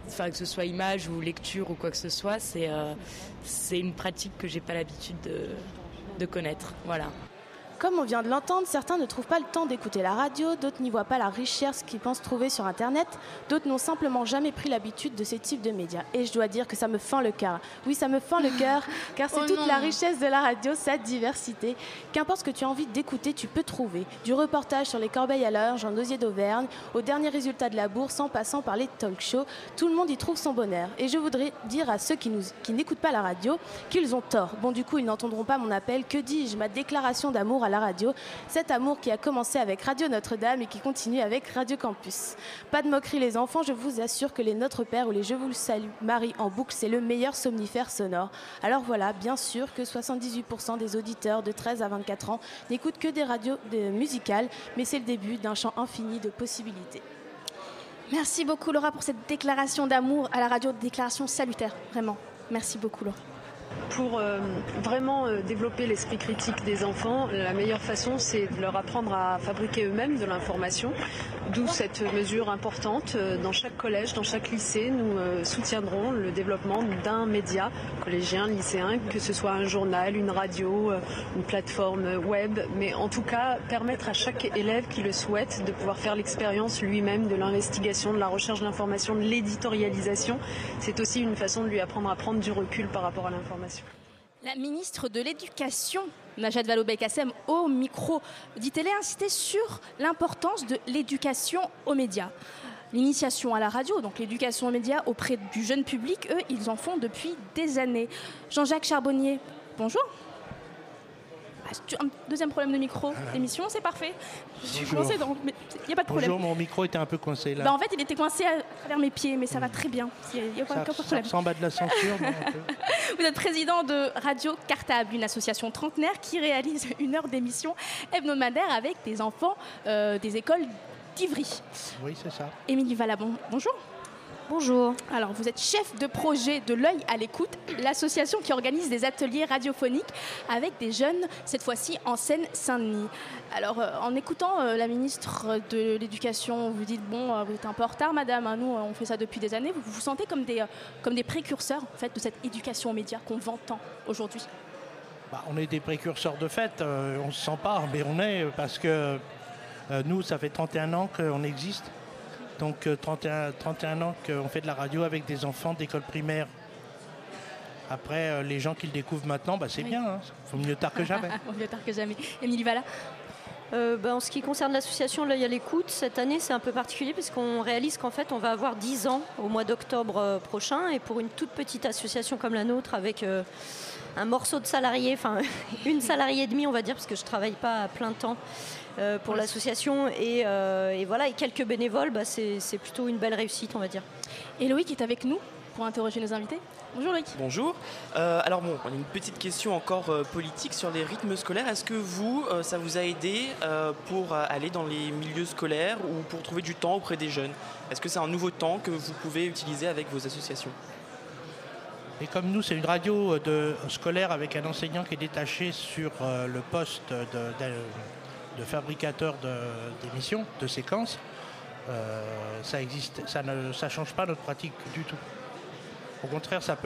enfin, que ce soit image ou lecture ou quoi que ce soit, c'est une pratique que j'ai pas l'habitude de connaître. Voilà. Comme on vient de l'entendre, certains ne trouvent pas le temps d'écouter la radio, d'autres n'y voient pas la richesse qu'ils pensent trouver sur Internet, d'autres n'ont simplement jamais pris l'habitude de ces types de médias. Et je dois dire que ça me fend le cœur. Oui, ça me fend le cœur, car c'est toute la richesse de la radio, sa diversité. Qu'importe ce que tu as envie d'écouter, tu peux trouver. Du reportage sur les corbeilles à l'heure, Jean Dosier d'Auvergne, aux derniers résultats de la bourse, en passant par les talk-shows, tout le monde y trouve son bonheur. Et je voudrais dire à ceux qui n'écoutent pas la radio qu'ils ont tort. Bon, du coup, ils n'entendront pas mon appel. Que dis-je? Ma déclaration d'amour à la radio, cet amour qui a commencé avec Radio Notre-Dame et qui continue avec Radio Campus. Pas de moquerie les enfants, je vous assure que les Notre Père ou les Je vous salue Marie en boucle, c'est le meilleur somnifère sonore. Alors voilà, bien sûr que 78% des auditeurs de 13 à 24 ans n'écoutent que des radios musicales, mais c'est le début d'un champ infini de possibilités. Merci beaucoup Laura pour cette déclaration d'amour à la radio, déclaration salutaire, vraiment. Merci beaucoup Laura. Pour vraiment développer l'esprit critique des enfants, la meilleure façon, c'est de leur apprendre à fabriquer eux-mêmes de l'information, d'où cette mesure importante. Dans chaque collège, dans chaque lycée, nous soutiendrons le développement d'un média collégien, lycéen, que ce soit un journal, une radio, une plateforme web, mais en tout cas permettre à chaque élève qui le souhaite de pouvoir faire l'expérience lui-même de l'investigation, de la recherche d'information, de l'éditorialisation. C'est aussi une façon de lui apprendre à prendre du recul par rapport à l'information. La ministre de l'Éducation, Najat Vallaud-Belkacem, au micro d'ITélé, insistait sur l'importance de l'éducation aux médias. L'initiation à la radio, donc l'éducation aux médias auprès du jeune public, eux, ils en font depuis des années. Jean-Jacques Charbonnier, bonjour. Un deuxième problème de micro d'émission, c'est parfait. Je suis coincée, donc il n'y a pas de problème. Bonjour, mon micro était un peu coincé là. En fait, il était coincé vers mes pieds, mais ça va très bien. Il n'y a pas de problème. Ça ressemble à de la censure. Vous êtes président de Radio Cartable, une association trentenaire qui réalise une heure d'émission hebdomadaire avec des enfants des écoles d'Ivry. Oui, c'est ça. Émilie Valabon, bonjour. Bonjour. Alors, vous êtes chef de projet de l'œil à l'écoute, l'association qui organise des ateliers radiophoniques avec des jeunes, cette fois-ci en Seine-Saint-Denis. Alors, en écoutant la ministre de l'Éducation, vous dites, bon, vous êtes un peu en retard, madame, hein, nous, on fait ça depuis des années. Vous vous sentez comme des précurseurs, en fait, de cette éducation aux médias qu'on vend tant aujourd'hui? On est des précurseurs de fait, on ne se sent pas, mais on est, parce que nous, ça fait 31 ans qu'on existe. Donc 31 ans qu'on fait de la radio avec des enfants d'école primaire. Après, les gens qui le découvrent maintenant, c'est bien. Hein. Faut mieux tard que jamais. Mieux tard que jamais. Émilie Valla. En ce qui concerne l'association L'œil à l'écoute, cette année c'est un peu particulier puisqu'on réalise qu'en fait on va avoir 10 ans au mois d'octobre prochain. Et pour une toute petite association comme la nôtre avec un morceau de salariés, enfin une salariée et demie on va dire, parce que je ne travaille pas à plein temps pour l'association et voilà, et quelques bénévoles, c'est plutôt une belle réussite on va dire. Et Loïc est avec nous pour interroger nos invités. Bonjour Loïc. Bonjour. Alors bon, on a une petite question encore politique sur les rythmes scolaires. Est-ce que vous, ça vous a aidé pour aller dans les milieux scolaires ou pour trouver du temps auprès des jeunes? Est-ce que c'est un nouveau temps que vous pouvez utiliser avec vos associations? Et comme nous, c'est une radio scolaire avec un enseignant qui est détaché sur le poste de fabricateur d'émissions, de séquences, ça existe, ça ne change pas notre pratique du tout. Au contraire, ça peut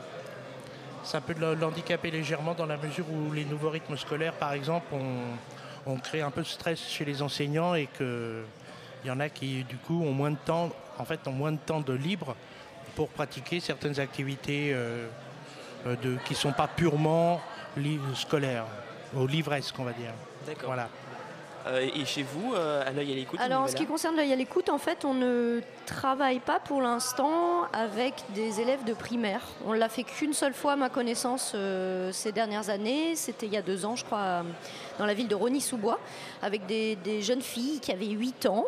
l'handicaper légèrement dans la mesure où les nouveaux rythmes scolaires, par exemple, ont créé un peu de stress chez les enseignants et qu'il y en a qui, du coup, ont moins de temps de libre pour pratiquer certaines activités qui ne sont pas purement scolaires, ou livresques, on va dire. D'accord. Voilà. Et chez vous, à l'œil à l'écoute? Alors en ce qui concerne l'œil à l'écoute, en fait, on ne travaille pas pour l'instant avec des élèves de primaire. On l'a fait qu'une seule fois, à ma connaissance, ces dernières années. C'était il y a 2 ans, je crois, dans la ville de Rosny-sous-Bois, avec des jeunes filles qui avaient 8 ans.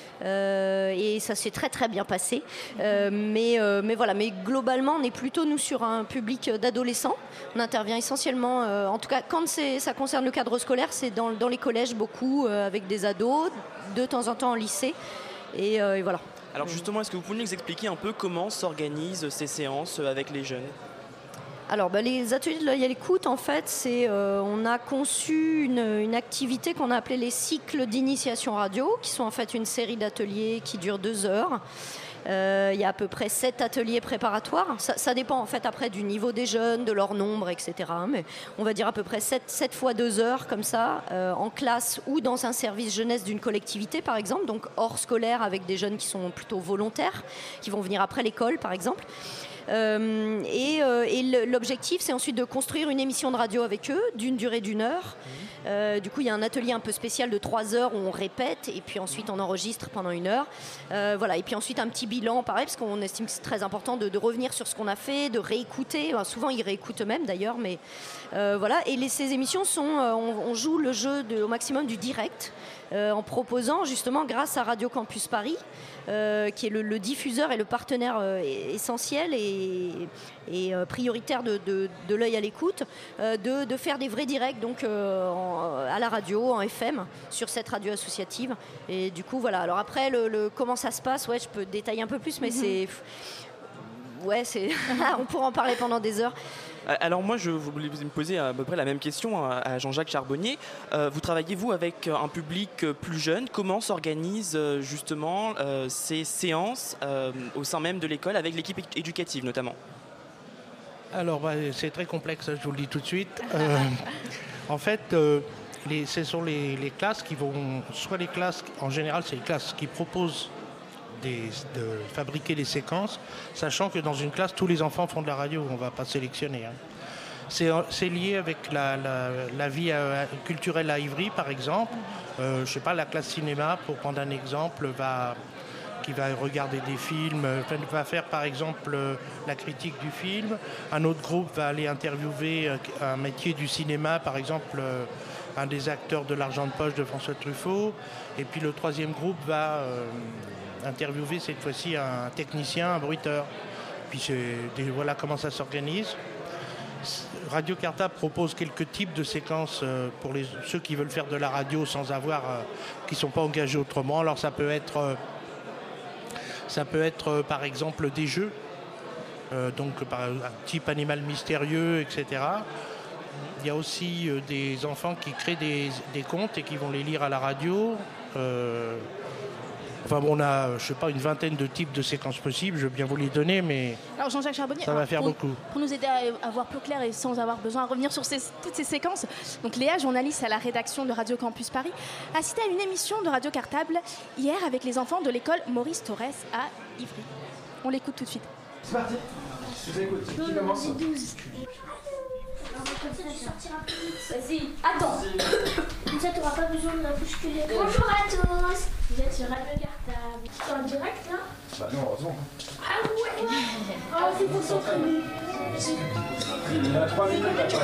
Et ça s'est très très bien passé, mais voilà, mais globalement on est plutôt nous sur un public d'adolescents. On intervient essentiellement, en tout cas quand ça concerne le cadre scolaire, c'est dans les collèges beaucoup, avec des ados, de temps en temps en lycée, et voilà. Alors justement, est-ce que vous pouvez nous expliquer un peu comment s'organisent ces séances avec les jeunes? Alors, les ateliers de l'œil à l'écoute, en fait, on a conçu une activité qu'on a appelée les cycles d'initiation radio, qui sont en fait une série d'ateliers qui durent 2 heures Il y a à peu près 7 ateliers préparatoires. Ça dépend en fait après du niveau des jeunes, de leur nombre, etc. Mais on va dire à peu près 7 fois 2 heures comme ça, en classe ou dans un service jeunesse d'une collectivité par exemple, donc hors scolaire avec des jeunes qui sont plutôt volontaires, qui vont venir après l'école par exemple. L'objectif, c'est ensuite de construire une émission de radio avec eux d'une durée d'1 heure. Du coup, il y a un atelier un peu spécial de 3 heures où on répète et puis ensuite on enregistre pendant 1 heure. Voilà. Et puis ensuite un petit bilan, pareil, parce qu'on estime que c'est très important de revenir sur ce qu'on a fait, de réécouter. Enfin, souvent, ils réécoutent eux-mêmes d'ailleurs, mais voilà. Et ces émissions on joue le jeu au maximum du direct. En proposant justement grâce à Radio Campus Paris, qui est le diffuseur et le partenaire essentiel et prioritaire de l'œil à l'écoute, de faire des vrais directs donc, à la radio, en FM, sur cette radio associative. Et du coup, voilà. Alors après, comment ça se passe, je peux détailler un peu plus, mais c'est... Ouais, on pourra en parler pendant des heures. Alors moi, je voulais vous poser à peu près la même question à Jean-Jacques Charbonnier. Vous travaillez, vous, avec un public plus jeune. Comment s'organisent justement ces séances au sein même de l'école, avec l'équipe éducative notamment ? Alors, c'est très complexe, je vous le dis tout de suite. En fait, ce sont les classes qui vont... Soit les classes, en général, c'est les classes qui proposent de fabriquer des séquences, sachant que dans une classe, tous les enfants font de la radio, on ne va pas sélectionner. C'est lié avec la vie culturelle à Ivry, par exemple. Je ne sais pas, la classe cinéma, pour prendre un exemple, qui va regarder des films, va faire par exemple la critique du film. Un autre groupe va aller interviewer un métier du cinéma, par exemple un des acteurs de L'Argent de poche de François Truffaut. Et puis le troisième groupe va... interviewer cette fois-ci un technicien, un bruiteur. Puis voilà comment ça s'organise. Radio Cartable propose quelques types de séquences pour ceux qui veulent faire de la radio sans avoir, qui ne sont pas engagés autrement. Alors ça peut être par exemple des jeux, donc par un type animal mystérieux, etc. Il y a aussi des enfants qui créent des contes et qui vont les lire à la radio. Enfin bon, on a, je sais pas, une vingtaine de types de séquences possibles, je veux bien vous les donner, mais alors Jean-Jacques Charbonnier, ça va faire beaucoup. Pour nous aider à voir plus clair et sans avoir besoin de revenir sur toutes ces séquences, donc Léa, journaliste à la rédaction de Radio Campus Paris, a assisté à une émission de Radio Cartable hier avec les enfants de l'école Maurice Thorez à Ivry. On l'écoute tout de suite. C'est parti. Je vous écoute. Qui commence ? 12. Vas-y, attends. Comme ça, tu n'auras pas besoin de la bousculer. Bonjour à tous. Vous êtes sur Radio Cartable. C'est en direct là ? Bah non, heureusement. Ah ouais. Ah, c'est pour s'entraîner. Il y a 3 minutes là.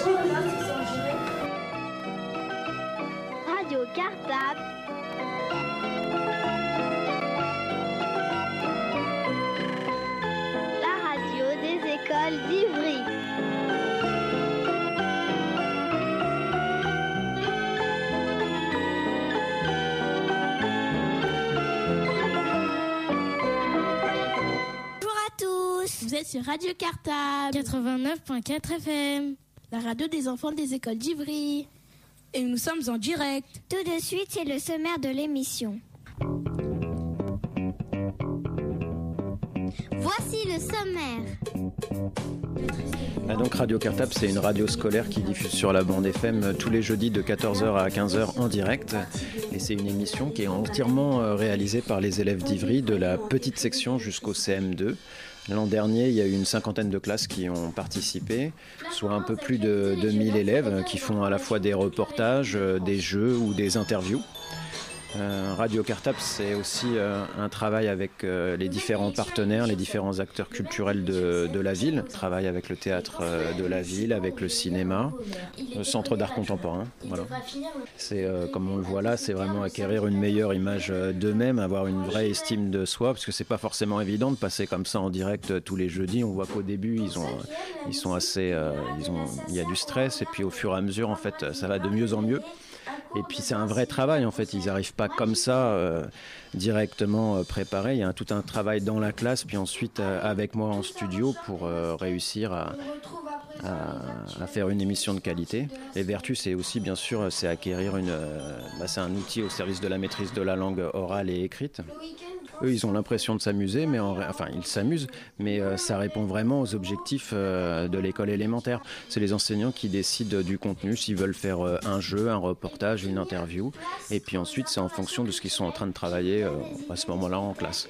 Radio Cartable. La radio des écoles d'Ivry. Vous êtes sur Radio Cartable 89.4 FM, la radio des enfants des écoles d'Ivry. Et nous sommes en direct. Tout de suite, c'est le sommaire de l'émission. Voici le sommaire. Donc Radio Cartable, c'est une radio scolaire qui diffuse sur la bande FM tous les jeudis de 14h à 15h en direct. Et c'est une émission qui est entièrement réalisée par les élèves d'Ivry, de la petite section jusqu'au CM2. L'an dernier, il y a eu une 50aine de classes qui ont participé, soit un peu plus de 1000 élèves qui font à la fois des reportages, des jeux ou des interviews. Radio Cartable, c'est aussi un travail avec les différents partenaires, les différents acteurs culturels de la ville. On travaille avec le théâtre de la ville, avec le cinéma, le centre d'art contemporain. Voilà. C'est, comme on le voit là, c'est vraiment acquérir une meilleure image d'eux-mêmes, avoir une vraie estime de soi, parce que c'est pas forcément évident de passer comme ça en direct tous les jeudis. On voit qu'au début, ils sont assez, il y a du stress, et puis au fur et à mesure, en fait, ça va de mieux en mieux. Et puis c'est un vrai travail en fait, ils n'arrivent pas comme ça directement préparés, il y a tout un travail dans la classe, puis ensuite avec moi en studio pour réussir à faire une émission de qualité. Les vertus, c'est aussi bien sûr, c'est acquérir c'est un outil au service de la maîtrise de la langue orale et écrite. eux, ils ont l'impression de s'amuser, mais ils s'amusent, mais ça répond vraiment aux objectifs de l'école élémentaire. C'est les enseignants qui décident du contenu, s'ils veulent faire un jeu, un reportage, une interview, et puis ensuite, c'est en fonction de ce qu'ils sont en train de travailler à ce moment-là en classe.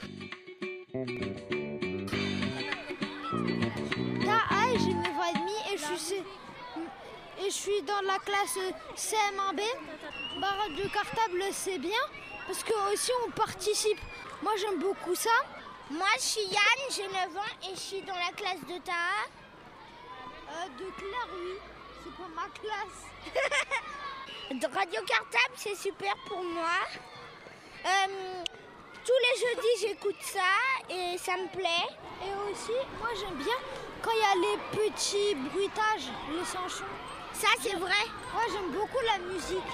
J'ai 9 ans et demi et je suis dans la classe CM1B. Radio Cartable, c'est bien parce que aussi on participe. Moi j'aime beaucoup ça. Moi je suis Yann, j'ai 9 ans et je suis dans la classe de Taha. De Claire, oui, c'est pas ma classe. Radio Cartable, c'est super pour moi. Tous les jeudis j'écoute ça et ça me plaît. Et aussi, moi j'aime bien quand il y a les petits bruitages, les chansons. Ça c'est vrai. Moi j'aime beaucoup la musique.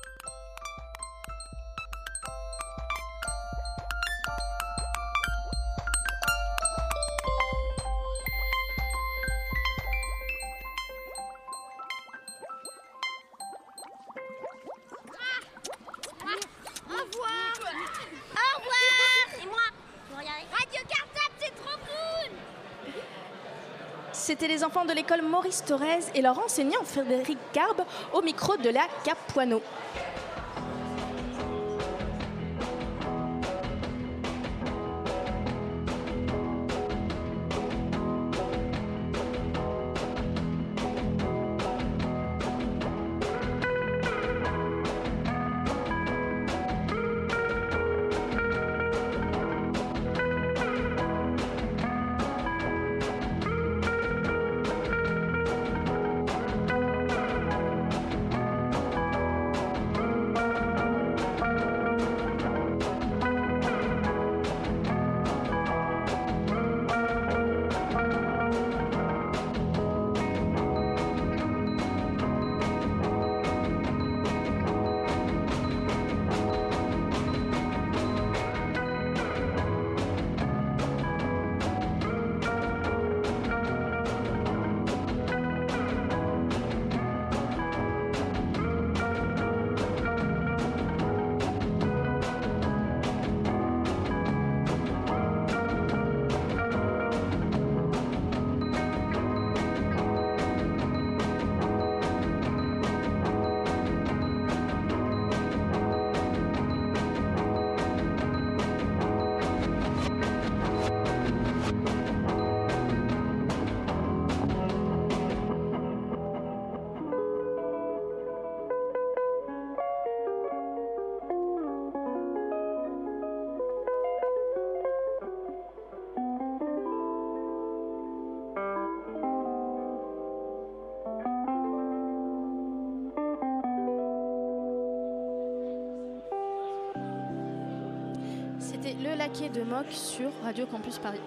C'était les enfants de l'école Maurice Thorez et leur enseignant Frédéric Garbe au micro de la Capuano. C'était Le Laquais de Mock sur Radio Campus Paris.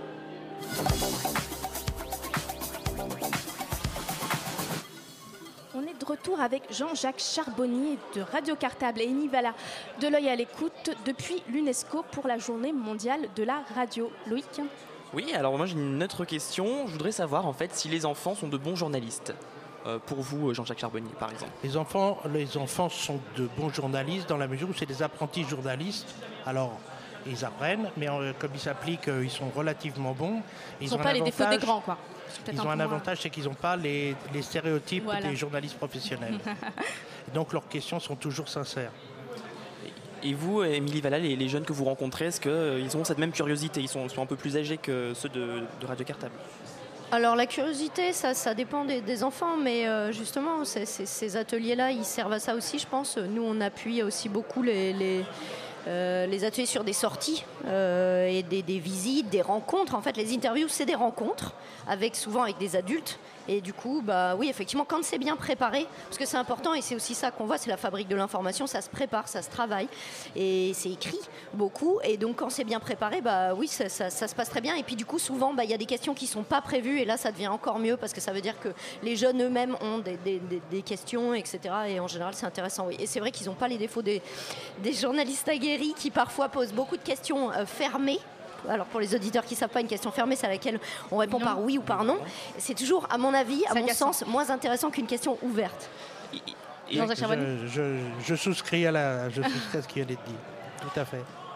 On est de retour avec Jean-Jacques Charbonnier de Radio Cartable et Nivala de l'œil à l'écoute depuis l'UNESCO pour la journée mondiale de la radio. Loïc ? Oui, alors moi j'ai une autre question. Je voudrais savoir en fait si les enfants sont de bons journalistes. Pour vous, Jean-Jacques Charbonnier, par exemple. Les enfants sont de bons journalistes dans la mesure où c'est des apprentis journalistes. Alors, ils apprennent, mais comme ils s'appliquent, ils sont relativement bons. Ils n'ont pas les défauts des grands, quoi. Ils ont un avantage, c'est qu'ils n'ont pas les stéréotypes des journalistes professionnels. Donc leurs questions sont toujours sincères. Et vous, Émilie Valla, les jeunes que vous rencontrez, est-ce qu'ils ont cette même curiosité ? Ils sont un peu plus âgés que ceux de Radio Cartable ? Alors la curiosité, ça dépend des enfants, mais justement, ces ateliers-là, ils servent à ça aussi, je pense. Nous, on appuie aussi beaucoup les ateliers sur des sorties et des visites, des rencontres. En fait, les interviews, c'est des rencontres, souvent avec des adultes. Et du coup, oui, effectivement, quand c'est bien préparé, parce que c'est important et c'est aussi ça qu'on voit, c'est la fabrique de l'information, ça se prépare, ça se travaille et c'est écrit beaucoup. Et donc, quand c'est bien préparé, oui, ça se passe très bien. Et puis, du coup, souvent, il y a des questions qui ne sont pas prévues et là, ça devient encore mieux parce que ça veut dire que les jeunes eux-mêmes ont des questions, etc. Et en général, c'est intéressant. Oui. Et c'est vrai qu'ils n'ont pas les défauts des journalistes aguerris qui parfois posent beaucoup de questions fermées. Alors pour les auditeurs qui ne savent pas, une question fermée, c'est à laquelle on répond par oui ou par non. C'est toujours, à mon avis, à mon sens, moins intéressant qu'une question ouverte. Je souscris à ce qui vient d'être dit. Tout à fait.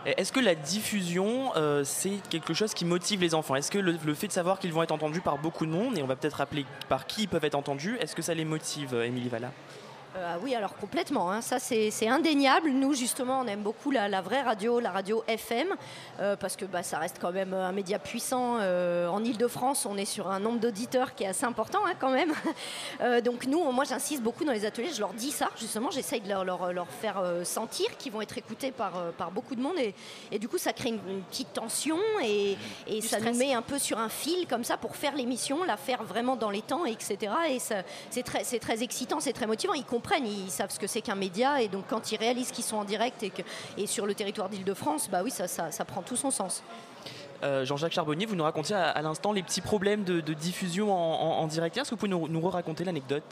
Est-ce que la diffusion, c'est quelque chose qui motive les enfants? Est-ce que le fait de savoir qu'ils vont être entendus par beaucoup de monde, et on va peut-être rappeler par qui ils peuvent être entendus, est-ce que ça les motive, Émilie Valla? Oui, alors complètement, hein. Ça c'est indéniable. Nous justement on aime beaucoup la vraie radio, la radio FM, parce que ça reste quand même un média puissant. En Ile-de-France on est sur un nombre d'auditeurs qui est assez important, hein, quand même. Donc moi j'insiste beaucoup dans les ateliers, je leur dis ça justement, j'essaye de leur faire sentir qu'ils vont être écoutés par beaucoup de monde, et du coup ça crée une petite tension, et ça nous met un peu sur un fil comme ça pour faire l'émission, la faire vraiment dans les temps, etc. Et c'est très excitant, c'est très motivant. Ils savent ce que c'est qu'un média, et donc quand ils réalisent qu'ils sont en direct et sur le territoire d'Île-de-France, oui, ça prend tout son sens. Jean-Jacques Charbonnier, vous nous racontiez à l'instant les petits problèmes de diffusion en direct. Est-ce que vous pouvez nous raconter l'anecdote?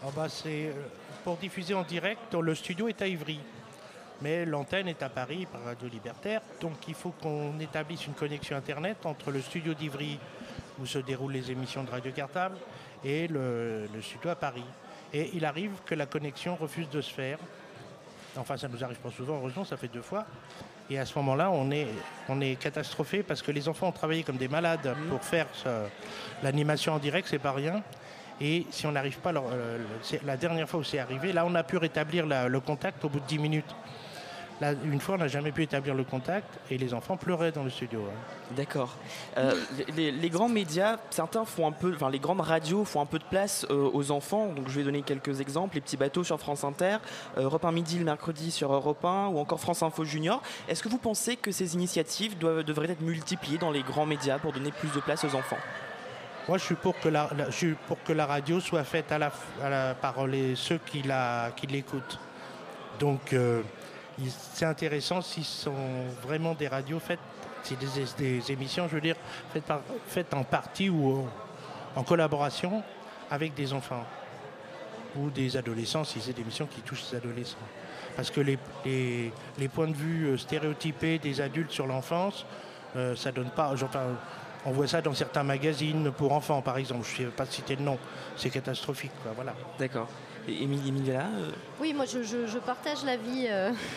Pour diffuser en direct, le studio est à Ivry, mais l'antenne est à Paris par Radio Libertaire, donc il faut qu'on établisse une connexion Internet entre le studio d'Ivry, où se déroulent les émissions de Radio Cartable, et le studio à Paris. Et il arrive que la connexion refuse de se faire. Enfin, ça nous arrive pas souvent, heureusement, ça fait 2 fois. Et à ce moment-là, on est catastrophé, parce que les enfants ont travaillé comme des malades pour faire l'animation en direct, c'est pas rien. Et si on n'arrive pas, la dernière fois où c'est arrivé, là on a pu rétablir le contact au bout de 10 minutes. Là, une fois, on n'a jamais pu établir le contact, et les enfants pleuraient dans le studio. D'accord. Les grands médias, les grandes radios font un peu de place aux enfants. Donc, je vais donner quelques exemples. Les petits bateaux sur France Inter, Europe 1 midi le mercredi sur Europe 1, ou encore France Info Junior. Est-ce que vous pensez que ces initiatives devraient être multipliées dans les grands médias pour donner plus de place aux enfants? Moi, je suis pour que la radio soit faite par ceux qui l'écoutent. Donc, c'est intéressant si ce sont vraiment des radios faites, c'est des émissions, je veux dire, faites en partie ou en collaboration avec des enfants ou des adolescents, si c'est des émissions qui touchent les adolescents. Parce que les points de vue stéréotypés des adultes sur l'enfance, ça donne pas. On voit ça dans certains magazines pour enfants, par exemple. Je ne sais pas citer le nom. C'est catastrophique, quoi. Voilà. D'accord. Et Émilie là Oui, moi je partage l'avis.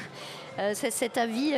Cet avis,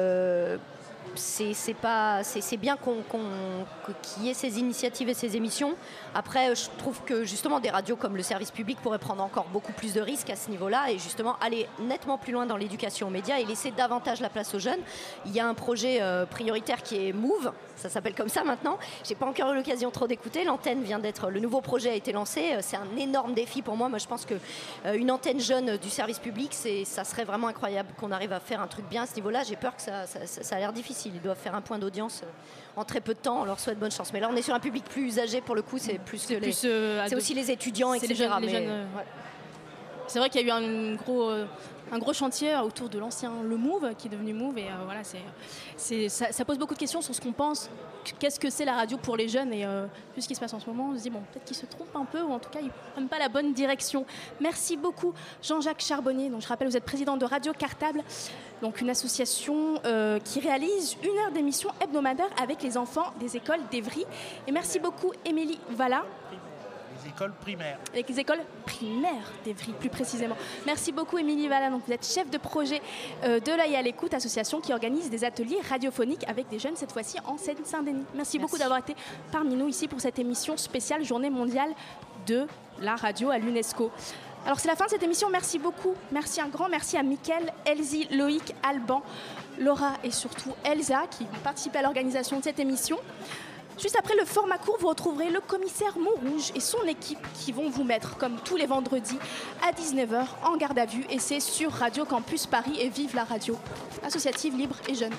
c'est bien qu'il y ait ces initiatives et ces émissions. Après, je trouve que justement des radios comme le service public pourraient prendre encore beaucoup plus de risques à ce niveau-là, et justement aller nettement plus loin dans l'éducation aux médias et laisser davantage la place aux jeunes. Il y a un projet prioritaire qui est Move, ça s'appelle comme ça maintenant. J'ai pas encore eu l'occasion trop d'écouter. L'antenne vient le nouveau projet a été lancé. C'est un énorme défi pour moi. Moi, je pense que une antenne jeune du service public, ça serait vraiment incroyable qu'on arrive à faire un truc bien à ce niveau-là. J'ai peur que ça a l'air difficile. Ils doivent faire un point d'audience en très peu de temps. On leur souhaite bonne chance. Mais là, on est sur un public plus âgé pour le coup. C'est plus c'est aussi les étudiants, etc. Les jeunes, ouais. C'est vrai qu'il y a eu un gros chantier autour de l'ancien Le Move qui est devenu Move, et voilà, ça pose beaucoup de questions sur ce qu'on pense, qu'est-ce que c'est la radio pour les jeunes, et vu ce qui se passe en ce moment, on se dit peut-être qu'ils se trompent un peu, ou en tout cas ils ne prennent pas la bonne direction. Merci beaucoup Jean-Jacques Charbonnier. Donc, je rappelle, vous êtes président de Radio Cartable, donc une association qui réalise 1 heure d'émission hebdomadaire avec les enfants des écoles d'Évry. Et merci beaucoup Émilie Valla. Les écoles primaires. Avec les écoles primaires d'Évry, plus précisément. Merci beaucoup Émilie Valla. Donc, vous etiez chef de projet de l'œil à l'écoute, association qui organise des ateliers radiophoniques avec des jeunes, cette fois-ci en Seine-Saint-Denis. Merci beaucoup d'avoir été parmi nous ici pour cette émission spéciale Journée mondiale de la radio à l'UNESCO. Alors, c'est la fin de cette émission. Merci beaucoup. Merci, un grand merci à Mickaël, Elsie, Loïc, Alban, Laura et surtout Elsa qui ont participé à l'organisation de cette émission. Juste après le format court, vous retrouverez le commissaire Montrouge et son équipe qui vont vous mettre, comme tous les vendredis, à 19h en garde à vue. Et c'est sur Radio Campus Paris, et vive la radio associative, libre et jeune.